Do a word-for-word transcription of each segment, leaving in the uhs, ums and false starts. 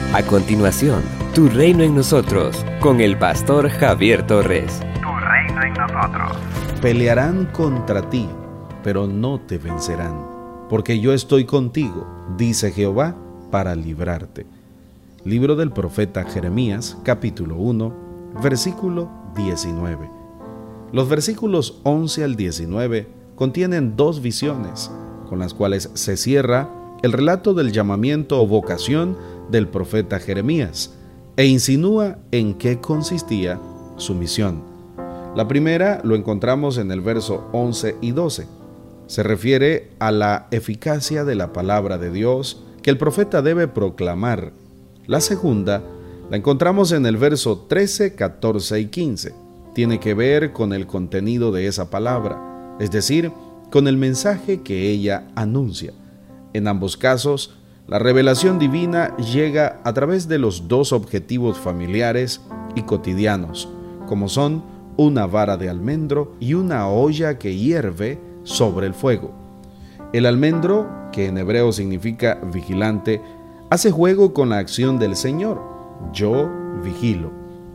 A continuación, Tu Reino en Nosotros, con el pastor Javier Torres. Tu reino en nosotros. Pelearán contra ti, pero no te vencerán, porque yo estoy contigo, dice Jehová, para librarte. Libro del profeta Jeremías, capítulo uno, versículo diecinueve. Los versículos once al diecinueve contienen dos visiones, con las cuales se cierra el relato del llamamiento o vocación del profeta Jeremías, e insinúa en qué consistía su misión. La primera lo encontramos en el verso once y doce. Se refiere a la eficacia de la palabra de Dios que el profeta debe proclamar. La segunda la encontramos en el verso trece, catorce y quince. Tiene que ver con el contenido de esa palabra, es decir, con el mensaje que ella anuncia. En ambos casos, la revelación divina llega a través de los dos objetivos familiares y cotidianos, como son una vara de almendro y una olla que hierve sobre el fuego. El almendro, que en hebreo significa vigilante, hace juego con la acción del Señor. Yo vigilo.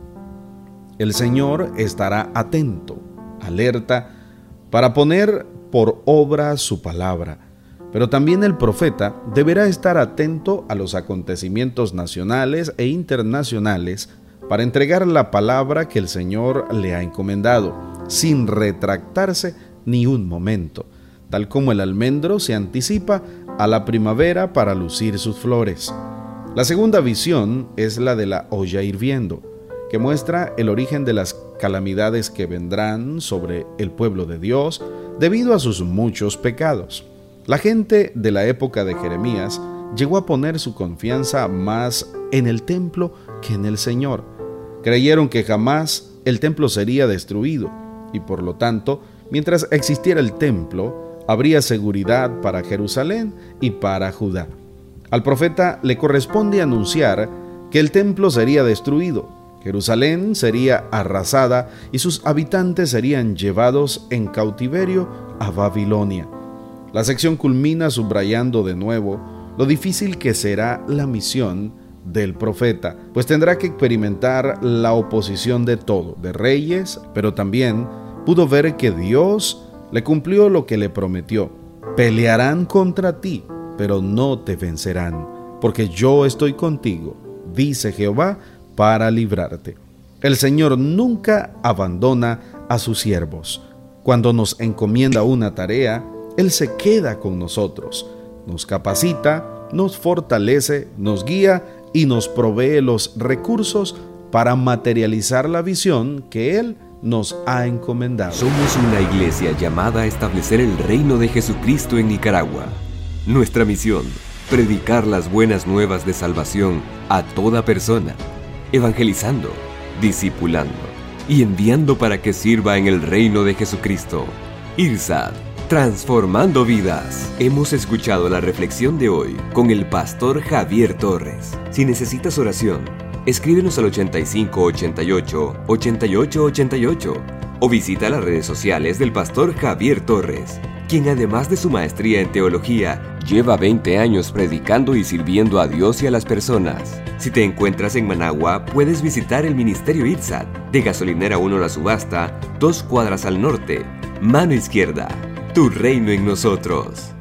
El Señor estará atento, alerta, para poner por obra su palabra. Pero también el profeta deberá estar atento a los acontecimientos nacionales e internacionales para entregar la palabra que el Señor le ha encomendado, sin retractarse ni un momento, tal como el almendro se anticipa a la primavera para lucir sus flores. La segunda visión es la de la olla hirviendo, que muestra el origen de las calamidades que vendrán sobre el pueblo de Dios debido a sus muchos pecados. La gente de la época de Jeremías llegó a poner su confianza más en el templo que en el Señor. Creyeron que jamás el templo sería destruido y por lo tanto, mientras existiera el templo, habría seguridad para Jerusalén y para Judá. Al profeta le corresponde anunciar que el templo sería destruido, Jerusalén sería arrasada y sus habitantes serían llevados en cautiverio a Babilonia. La sección culmina subrayando de nuevo lo difícil que será la misión del profeta, pues tendrá que experimentar la oposición de todo, de reyes, pero también pudo ver que Dios le cumplió lo que le prometió. Pelearán contra ti, pero no te vencerán, porque yo estoy contigo, dice Jehová, para librarte. El Señor nunca abandona a sus siervos. Cuando nos encomienda una tarea, Él se queda con nosotros, nos capacita, nos fortalece, nos guía y nos provee los recursos para materializar la visión que Él nos ha encomendado. Somos una iglesia llamada a establecer el reino de Jesucristo en Nicaragua. Nuestra misión, predicar las buenas nuevas de salvación a toda persona, evangelizando, discipulando y enviando para que sirva en el reino de Jesucristo. I R S A D, transformando vidas. Hemos escuchado la reflexión de hoy con el pastor Javier Torres. Si necesitas oración, escríbenos al ochenta y cinco, ochenta y ocho, ochenta y ocho, ochenta y ocho o visita las redes sociales del pastor Javier Torres, quien además de su maestría en teología, lleva veinte años predicando y sirviendo a Dios y a las personas. Si te encuentras en Managua, puedes visitar el Ministerio I R S A D de Gasolinera uno La Subasta, dos cuadras al norte, mano izquierda. Tu reino en nosotros.